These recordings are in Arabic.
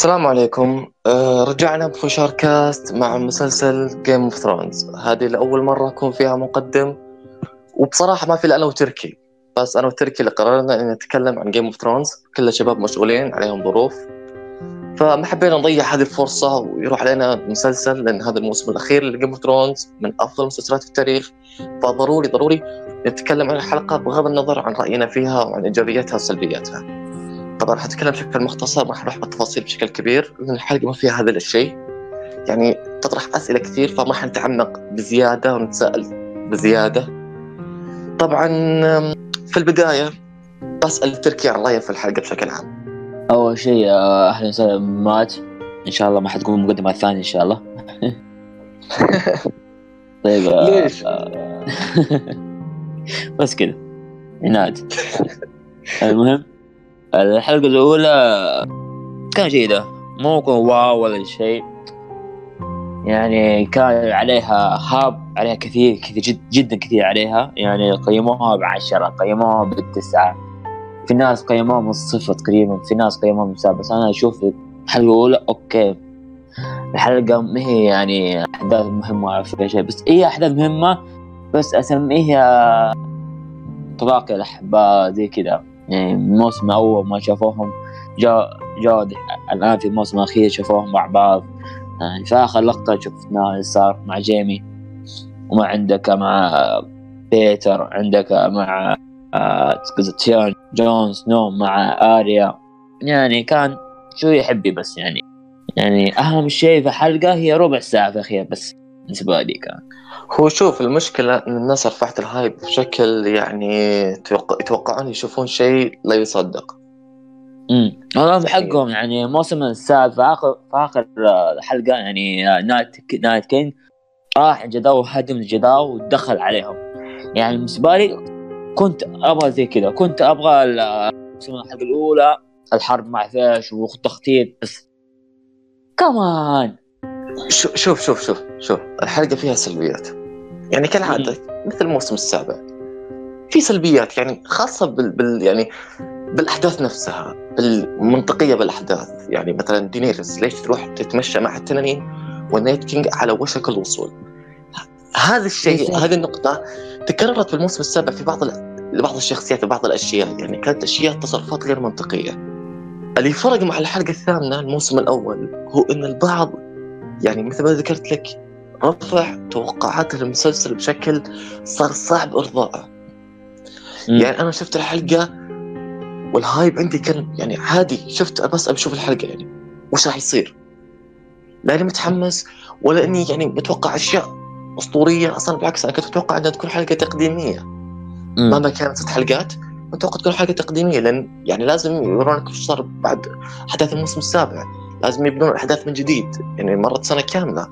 السلام عليكم. رجعنا بفشار كاست مع مسلسل جيم اوف ثرونز. هذه لأول مرة أكون فيها مقدم، وبصراحة ما في إلا أنا وتركي. بس أنا وتركي اللي قررنا أن نتكلم عن جيم اوف ثرونز. كل الشباب مشغولين عليهم ظروف، فما حبينا نضيع هذه الفرصة ويروح علينا مسلسل، لأن هذا الموسم الأخير لجيم اوف ثرونز من أفضل المسلسلات في التاريخ. فضروري نتكلم عن الحلقة بغض النظر عن رأينا فيها وعن إيجابياتها وسلبياتها. طبعا حتكلم بشكل مختصر، ما حنروح بالتفاصيل بشكل كبير لأن الحلقة ما فيها هذا الشيء، يعني تطرح أسئلة كثير، فما حنتعمق بزيادة ونتساءل بزيادة. طبعا في البداية بسأل تركي عن رأيه في الحلقة بشكل عام. أول شيء أهلا وسهلا مات. إن شاء الله ما حتكون مقدمة الثانية إن شاء الله. طيب ليش؟ بس كده عناد. المهم الحلقة الأولى كان جيدة، مو كان واو ولا شيء، يعني كان عليها هاب، عليها كثير جدا كثير عليها، يعني قيموها ب10، قيموها ب9، في ناس قيموها من 0 تقريبا، في ناس قيموها من 7. بس أنا أشوف الحلقة الأولى أوكي. الحلقة ما هي يعني أحداث مهمة أو في شيء، بس هي أحداث مهمة، بس أسميها تلاقي الأحباء زي كذا. يعني الموسم الأول ما شافوهم، جاء الآن في الموسم الأخير شافوهم مع بعض. يعني في آخر لقطة شفناها اللي صار مع جيمي، وما عندك مع بيتر، عندك مع جون سنو، مع آريا. يعني كان شو يحبي، بس يعني أهم شيء في الحلقة هي ربع ساعة في الأخير بس بالنسبة لي كان. هو شوف، المشكلة أن الناس رفعت الهايب بشكل يعني يتوقعون يشوفون شيء لا يصدق. والله يعني بحقهم، يعني الموسم السادس في آخر حلقة، يعني نايت كينج راح جداو وهدم الجداو ودخل عليهم. يعني بالنسبة لي كنت أبغى زي كذا، كنت أبغى الموسم الحلقة الأولى الحرب مع فيش وتخطيط، بس كمان شوف الحلقة فيها سلبيات، يعني كالعادة مثل الموسم السابع في سلبيات، يعني خاصة يعني بالأحداث نفسها، بالمنطقية بالأحداث. يعني مثلا دينيريس ليش تروح تتمشى مع التنانين والنايت كينج على وشك الوصول؟ هذا الشيء، هذه النقطة تكررت في الموسم السابع في بعض الشخصيات وبعض الأشياء، يعني كانت أشياء تصرفات غير منطقية. اللي فرق مع الحلقة الثامنة الموسم الأول هو أن البعض، يعني مثل ما ذكرت لك، رفع توقعات المسلسل بشكل صار صعب إرضائه. يعني أنا شفت الحلقة والهايب عندي كان يعني عادي، شفت بس بشوف الحلقة يعني وش راح يصير، لا أنا متحمس ولا إني يعني متوقع أشياء أسطورية. أصلا بالعكس أنا كنت أتوقع أنها تكون حلقة تقديمية. مهما كانت 6 حلقات أتوقع تكون حلقة تقديمية، لأن يعني لازم يورونك وش صار بعد أحداث الموسم السابع، لازم يبنون الأحداث من جديد، يعني مرت سنة كاملة.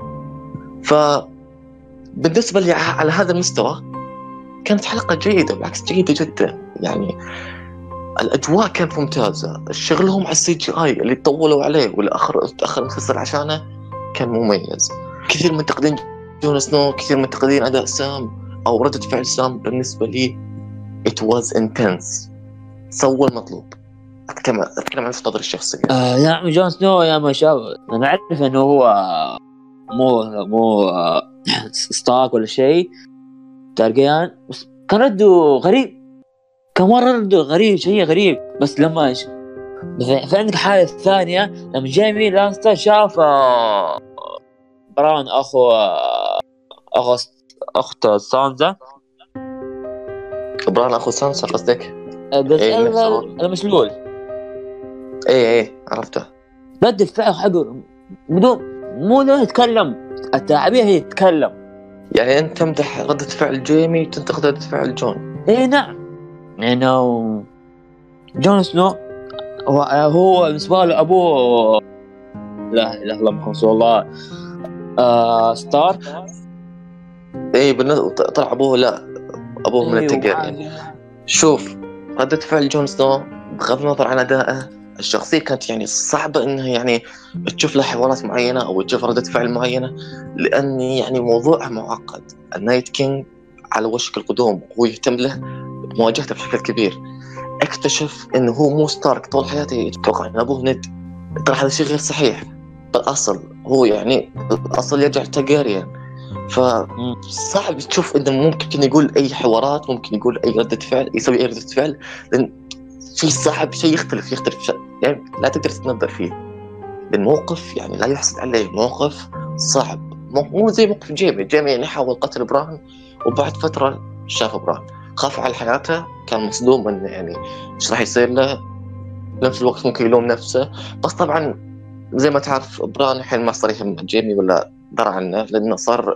فبالنسبة لي على هذا المستوى كانت حلقة جيدة، بالعكس جيدة جدا. يعني الأجواء كانت ممتازة، شغلهم على السي جي آي اللي طولوا عليه واللي تأخر المسلسل عشانه كان مميز. كثير منتقدين جون سنو، كثير منتقدين أداء سام أو ردة فعل سام. بالنسبة لي it was intense، سوى المطلوب. أتكلم عن وجهة نظري الشخصية. يا جون سنو يا ما شاء الله، أنا أعرف إنه هو مو ستارك ولا شيء تارجيان، بس كان رده غريب، كان مرة رده غريب، شيء غريب. بس لما في عندك حالة ثانية، لما جيمي لانستر شاف بران أخو أخت سانزا، بران أخو سانسا قصدك؟ بس إيه نفس الرجل. المشلول، إيه عرفته. رد الفعل حقه بدون مو يتكلم، التعبير هي يتكلم. يعني أنت تمدح ردة فعل جيمي وتنتقد ردة فعل جون؟ إيه نعم، يعني جون سنو هو بالنسبة له أبوه، لا إله إلا الله محمد رسول الله، ستارك. إيه طلع أبوه، لا أبوه من أيوة التقارين. شوف، ردة فعل جون سنو بغض النظر عن أدائه الشخصية كانت يعني صعبة إنها يعني تشوف له حوارات معينة أو تشوف ردة فعل معينة، لأن يعني موضوع معقد. النايت كينج على وشك القدوم، هو يهتم له مواجهته بشكل كبير. اكتشف إنه هو مو ستارك طول حياته يتوقع إن أبوه ند. ترى هذا الشيء غير صحيح. بالأصل هو يعني الأصل يرجع تاجاريان، فصعب تشوف إنه ممكن يقول أي حوارات، ممكن يقول أي ردة فعل، يسوي أي ردة فعل، لأن شيء صعب، شيء يختلف يعني لا تقدر تتنظر فيه. الموقف يعني لا يحسد عليه، موقف صعب، مو زي موقف جيمي يعني حاول قتل بران، وبعد فترة شاف بران، خاف على حياته، كان مصدوم إنه يعني إيش راح يصير له. نفس الوقت ممكن يلوم نفسه، بس طبعا زي ما تعرف بران الحين ما صار يهم جيمي ولا درى عنه، لأنه صار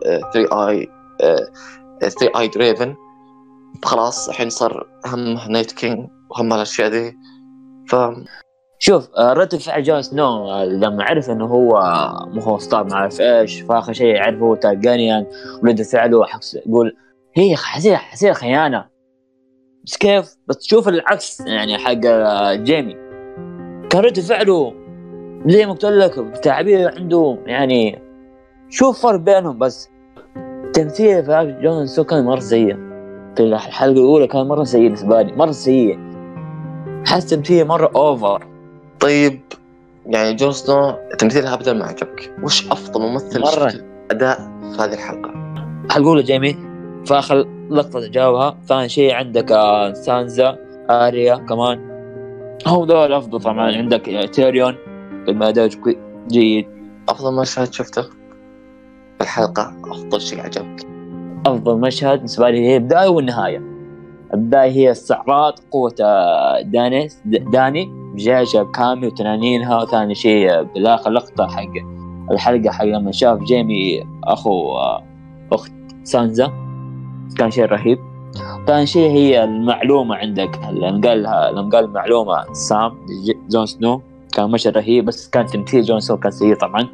3 اي دريفن، خلاص الحين صار همه نايت كينج وهم الأشياء ذي. ف شوف رد فعل جون سنو لما عرف انه هو مو هو ستار ما عارف ايش، فاخر شيء عرف هو تارجاريان، ورد فعله يقول هي حسير خيانه. بس كيف بس تشوف العكس يعني حق جيمي، كان رد فعله زي ما قلت لك تعبير عنده يعني. شوف فرق بينهم، بس تمثيل في جون سنو كان مره سيء في الحلقه الاولى، كان مره سيء بالنسبه لي، مره سيء، حس تمثيل مره اوفر. طيب يعني جون سنو تمثيلها أبدا ما عجبك، وش أفضل ممثل مرة. شفت أداء في هذه الحلقة؟ حقول جيمي فاخر لقطة تجاوبها. ثاني شيء عندك سانزا، آريا كمان، هم دول أفضل. طبعا عندك تيريون بالمادة جيد. أفضل مشهد شفته في الحلقة، أفضل شيء عجبك؟ أفضل مشهد بالنسبة لي هي البداية والنهاية. البداية هي استعراض قوة داني بجيشها كامل وتنانينها. وثاني شيء بالآخر لقطة حق الحلقة حق لما شاف جيمي أخو أخت سانزا، كان شيء رهيب. ثاني شيء هي المعلومة عندك لما قال معلومة سام جون سنو، كان مشهد رهيب، بس كان تمثيل جون سنو كان سيء طبعا.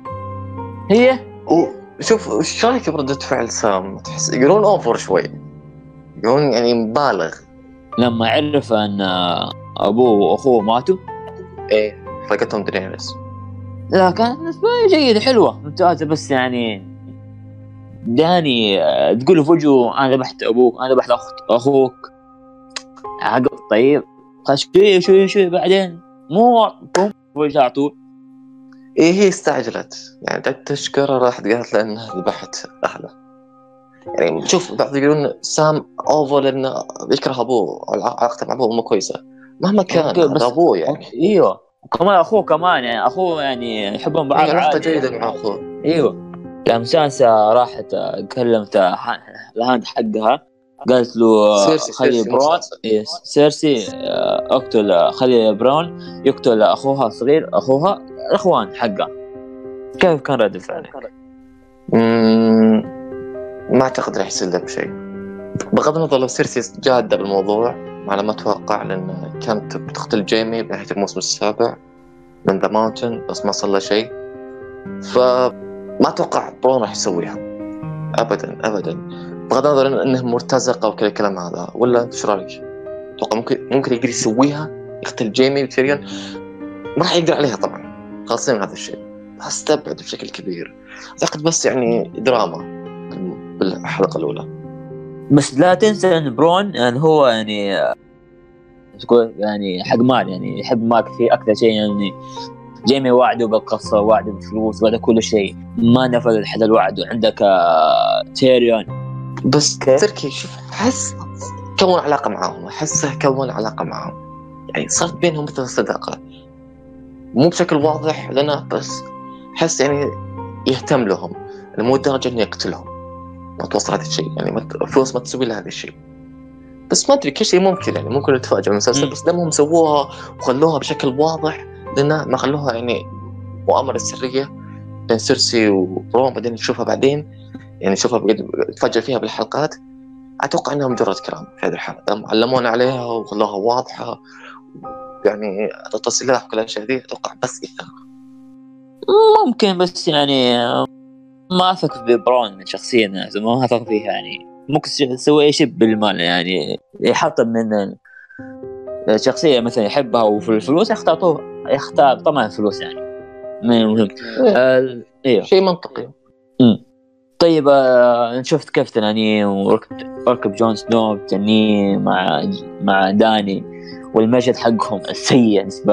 هي شوف ايش رايك بردة فعل سام؟ تحس يقولون اوفر شوي، يقولون يعني مبالغ. لما عرف ان ابوه واخوه ماتوا، ايه حلقتهم دينيريس، لا كانت بالنسبة لي جيدة حلوة ممتازة، بس يعني داني تقول في وجهه انا ذبحت ابوك، انا ذبحت اخوك عقب. طيب شوي بعدين مو وجه على طول. ايه هي استعجلت يعني، تشكر راحت قالت له انها ذبحت اهله. يعني شوف بعض يقولون سام اوفر لانه يكره ابوه، علاقته مع ابوه مو كويسه، مهما كان اوكي هذا بس ابوه يعني. ايوه، كمان اخوه كمان يعني اخوه يعني يحبون بعض ايه علاقته عادي. جيده مع اخوه. ايوه. لما سانسا راحت كلمت الهاند حقها، قالت له خلي سيرسي مو برون سانسا. سيرسي اقتل، خلي برون يقتل اخوها الصغير، اخوها الاخوان حقه. كيف كان رد فعله؟ ما اعتقد راح يصير له بشيء، بغض النظر لو سيرسي جادة بالموضوع، على ما اتوقع، لان كانت بتقتل جيمي بنهاية الموسم السابع من ذا ماونتن، بس ما صار له شيء. فما اتوقع برون راح يسويها ابدا، بغض النظر انه مرتزقه وكل الكلام هذا. ولا انت ايش رايك؟ اتوقع ممكن يقدر يسويها، يقتل جيمي وتيريون. ما راح يقدر عليها طبعا، خاصين من هذا الشيء، استبعد بشكل كبير. اعتقد بس يعني دراما بالحلقه الاولى. بس لا تنسى ان برون يعني هو يعني تقول يعني حق مال، يعني يحب مال كثير اكثر شيء. يعني جيمي وعده بالقصة، وعده بالفلوس، وعده كل شيء، ما نفذ حتى الوعد. وعندك تيريون. بس كيف؟ تركي شوف، حس كون علاقة معاهم، أحسه كون علاقة معاهم، يعني صارت بينهم مثل الصداقة، مو بشكل واضح لنا، بس حس يعني يهتم لهم، يعني مو لدرجة إنه يقتلهم. ما توصل هذا الشيء يعني، فلوس ما تسوي له هذا الشيء. بس ما أدري، كل شيء ممكن يعني، ممكن نتفاجأ من المسلسل، بس دمهم سووها وخلوها بشكل واضح لنا، ما خلوها يعني مؤامرة سرية بين سيرسي وبرون بعدين نشوفها بعدين، يعني نشوفها نتفاجأ فيها بالحلقات. أتوقع أنها مجرد كلام في هذه الحلقة، علمونا عليها وخلوها واضحة، يعني التصليح وكل الأشياء دي أتوقع بس إثارة. ممكن، بس يعني ما أثق ببرون شخصيا، ما أثق فيها يعني. ممكن تسوي أي شيء بالمال، يعني يحطم من الشخصية مثلا يحبها وفي الفلوس يختار طبعا الفلوس يعني. ما المهم. ايوه. شيء منطقي. طيب شفت كيف تنانين وركب جون سنو تنين مع داني، والمشهد حقهم السيء بالنسبة لي.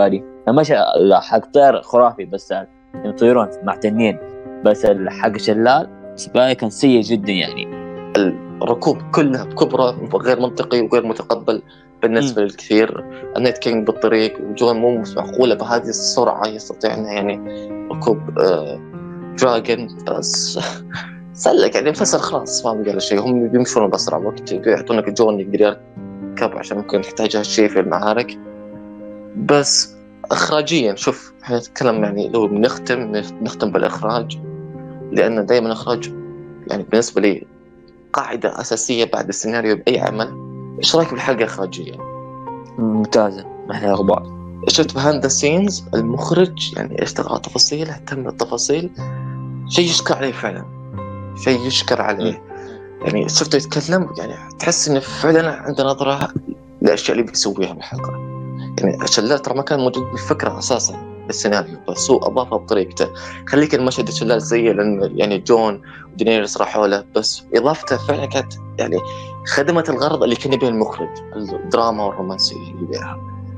مش حق طير خرافي بس يطيرون مع تنين، بس الحق شلال سباي كان سيء جدا يعني. الركوب كلها بكبره غير منطقي وغير متقبل بالنسبه للكثير. النايت كينج بالطريق وجون مو معقوله بهذه السرعه يستطيع انه يعني ركوب دراجون. بس سلك يعني مسلسل خلاص ما بقى له شيء، هم بيمشون بأسرع وقت، يعطونك جون يقدر يركب عشان ممكن يحتاج هالشيء في المعارك. بس إخراجيا شوف احنا نتكلم يعني لو نختم بالإخراج، لأن دائما الإخراج يعني بالنسبة لي قاعدة أساسية بعد السيناريو بأي عمل. إيش رأيك بالحلقة الإخراجية؟ ممتازة ما احنا غبار. شفت بهاند ذا سينز المخرج يعني اشتغل على تفاصيل، اهتم بالتفاصيل، شيء يشكر عليه فعلا، شيء يشكر عليه. يعني شفته يتكلم يعني تحس إنه فعلا عنده نظرة للأشياء اللي بيسويها بالحلقة. يعني الشلال ترى ما كان موجود بالفكرة أساسا السيناريو، بس هو أضافها بطريقته. خليك المشهد الشلال سيء لأن يعني جون ودينيريس راحوا له، بس إضافته فعلا كانت يعني خدمت الغرض اللي كان يبيه المخرج، الدراما والرومانسية اللي يبيها.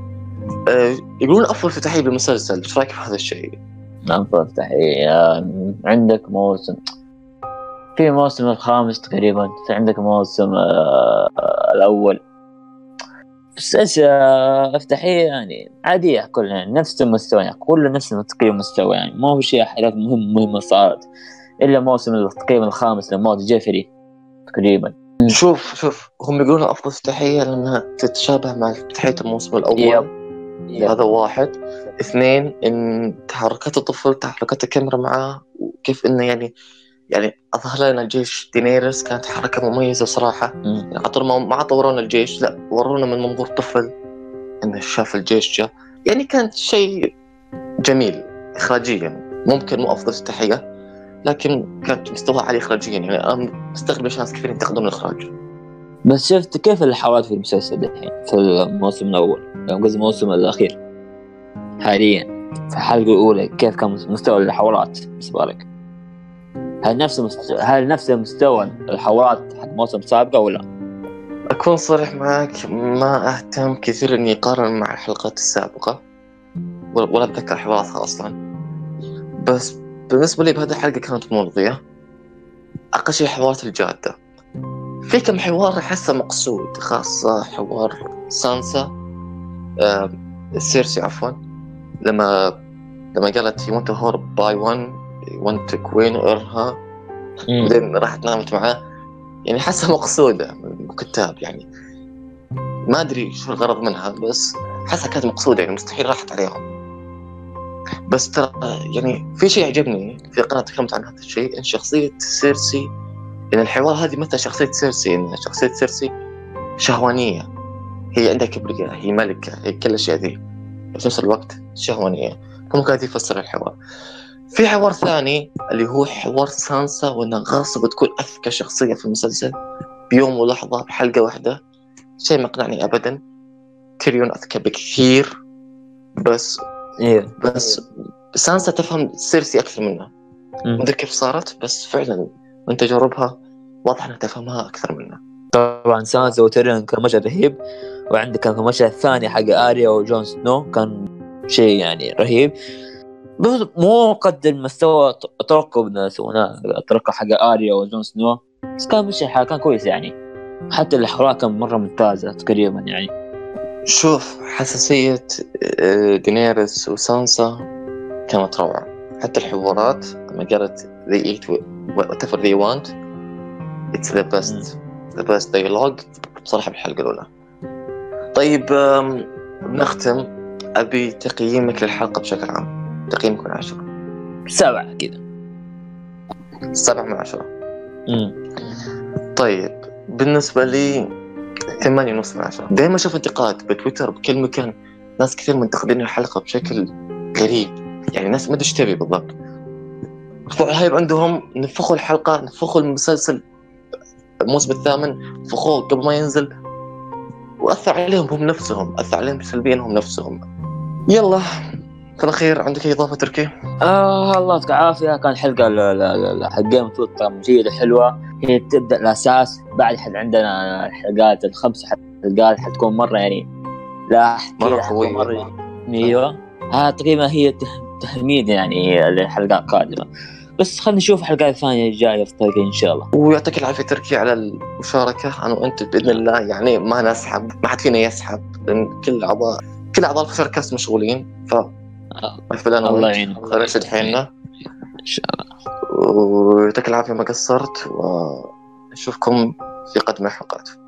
يقولون أفضل فتحية بالمسلسل، إيش رأيك في هذا الشيء؟ أفضل تحية عندك موسم، في موسم الخامس تقريبا، في عندك موسم الأول، بس إيش افتحية يعني عادية كلها يعني نفس المستوى، يعني كل نفس تقريبا مستوى، يعني ما هو شيء حاجات مهمة صارت إلا موسم تقريبا الخامس لموت جيفري تقريبا. شوف هم يقولون أفضل فتحية لأنها تتشابه مع فتحية الموسم الأول. هذا واحد. اثنين إن تحركات الطفل، تحركات الكاميرا معاه، وكيف إنه يعني أظهر لنا جيش دينيريس كانت حركة مميزة صراحة. يعني عطر ما طورونا الجيش، لا ورونا من منظور طفل إنه شاف الجيش جاء. يعني كانت شيء جميل إخراجيا، ممكن مو أفضل تحية لكن كانت مستوى عالي إخراجيا. يعني أنا مستغرب ليش ناس كثير ينتقدون الإخراج. بس شفت كيف الحوارات في المسلسل الحين في الموسم الأول، قصدي الموسم الأخير حاليا في الحلقة الأولى، كيف كان مستوى الحوارات بالنسبة لك؟ هل نفس مستوى الحوارات حق الموسم السابقة ولا؟ أكون صريح معك، ما أهتم كثير إني أقارن مع الحلقات السابقة ولا أتذكر حواراتها أصلا. بس بالنسبة لي بهذه الحلقة كانت مرضية. أقل شيء حوارات الجادة، في كم حوار أحسه مقصود، خاصة حوار سانسا سيرسي عفوا، لما قالت you want to her by one you want to queen or بعدين راحت نامت معاه. يعني حسها مقصودة من الكتاب، يعني ما أدري شو الغرض منها، بس حسها كانت مقصودة، يعني مستحيل راحت عليهم. بس ترى يعني في شيء عجبني في قناة تكلمت عن هذا الشيء، إن شخصية سيرسي، إن الحوار هذه مثل شخصية سيرسي، إن شخصية سيرسي شهوانية، هي عندها كبرياء، هي ملكة، هي كل الأشياء ذي، في نفس الوقت شهوانية. فممكن هذه يفسر الحوار. في حوار ثاني اللي هو حوار سانسا، وأنها غاصبة تكون أذكى شخصية في المسلسل بيوم ولحظة بحلقة واحدة، شيء ما قنعني أبدا. تيريون أذكى بكثير، بس سانسا تفهم سيرسي أكثر منها. ما أدري كيف صارت، بس فعلا من تجاربها واضح أنها تفهمها أكثر منها. طبعا سانسا وتيريون كان مشهد رهيب، وعندك كان المشهد الثاني حق آريا وجون سنو كان شيء يعني رهيب، بس مو قد المستوى أتوقع أتوقع حق آريا وجون سنو، بس كان مشهد كان كويس يعني، حتى الحوارات كان مرة ممتازة تقريبا يعني. شوف حساسية دينيريس وسانسا كانت روعة، حتى الحوارات لما قالت they eat whatever they want it's the best dialogue بصراحة بالحلقة الأولى. طيب نختم، أبي تقييمك للحلقة بشكل عام، تقييمك من 10. 7 كذا. 7 من 10. طيب بالنسبة لي 8.5 من 10. دائما أشوف انتقاد بتويتر بكل مكان، ناس كثير منتقدين الحلقة بشكل غريب، يعني ناس ما تشتري بالضبط. الهايب عندهم نفخوا الحلقة، نفخوا المسلسل الموسم الثامن، نفخوه قبل ما ينزل، وأثر عليهم هم نفسهم، أثر عليهم سلبيا هم نفسهم. يلا في الأخير عندك أي إضافة تركي؟ الله يعطيك العافية. كان حلقة حق جيم اوف ثرونز جيدة حلوة، هي تبدأ الأساس، بعد عندنا الحلقات ال5 حلقات حتكون مرة يعني لا أحكي مرة حتكون قوية. مرة. أيوة تقريبا هي تهميد يعني للحلقات القادمة. بس خلينا نشوف الحلقات الثانية الجاية في الطريق إن شاء الله. ويعطيك العافية تركي على المشاركة. أنا وأنت بإذن الله يعني ما نسحب، ما حد فينا يسحب، لأن كل أعضاء الفشركاست مشغولين. فأحفل أنا الله وأنت يعينك. خلينا نشد حيلنا إن شاء الله. ويعطيك العافية ما قصرت، ونشوفكم في قدم الحلقات.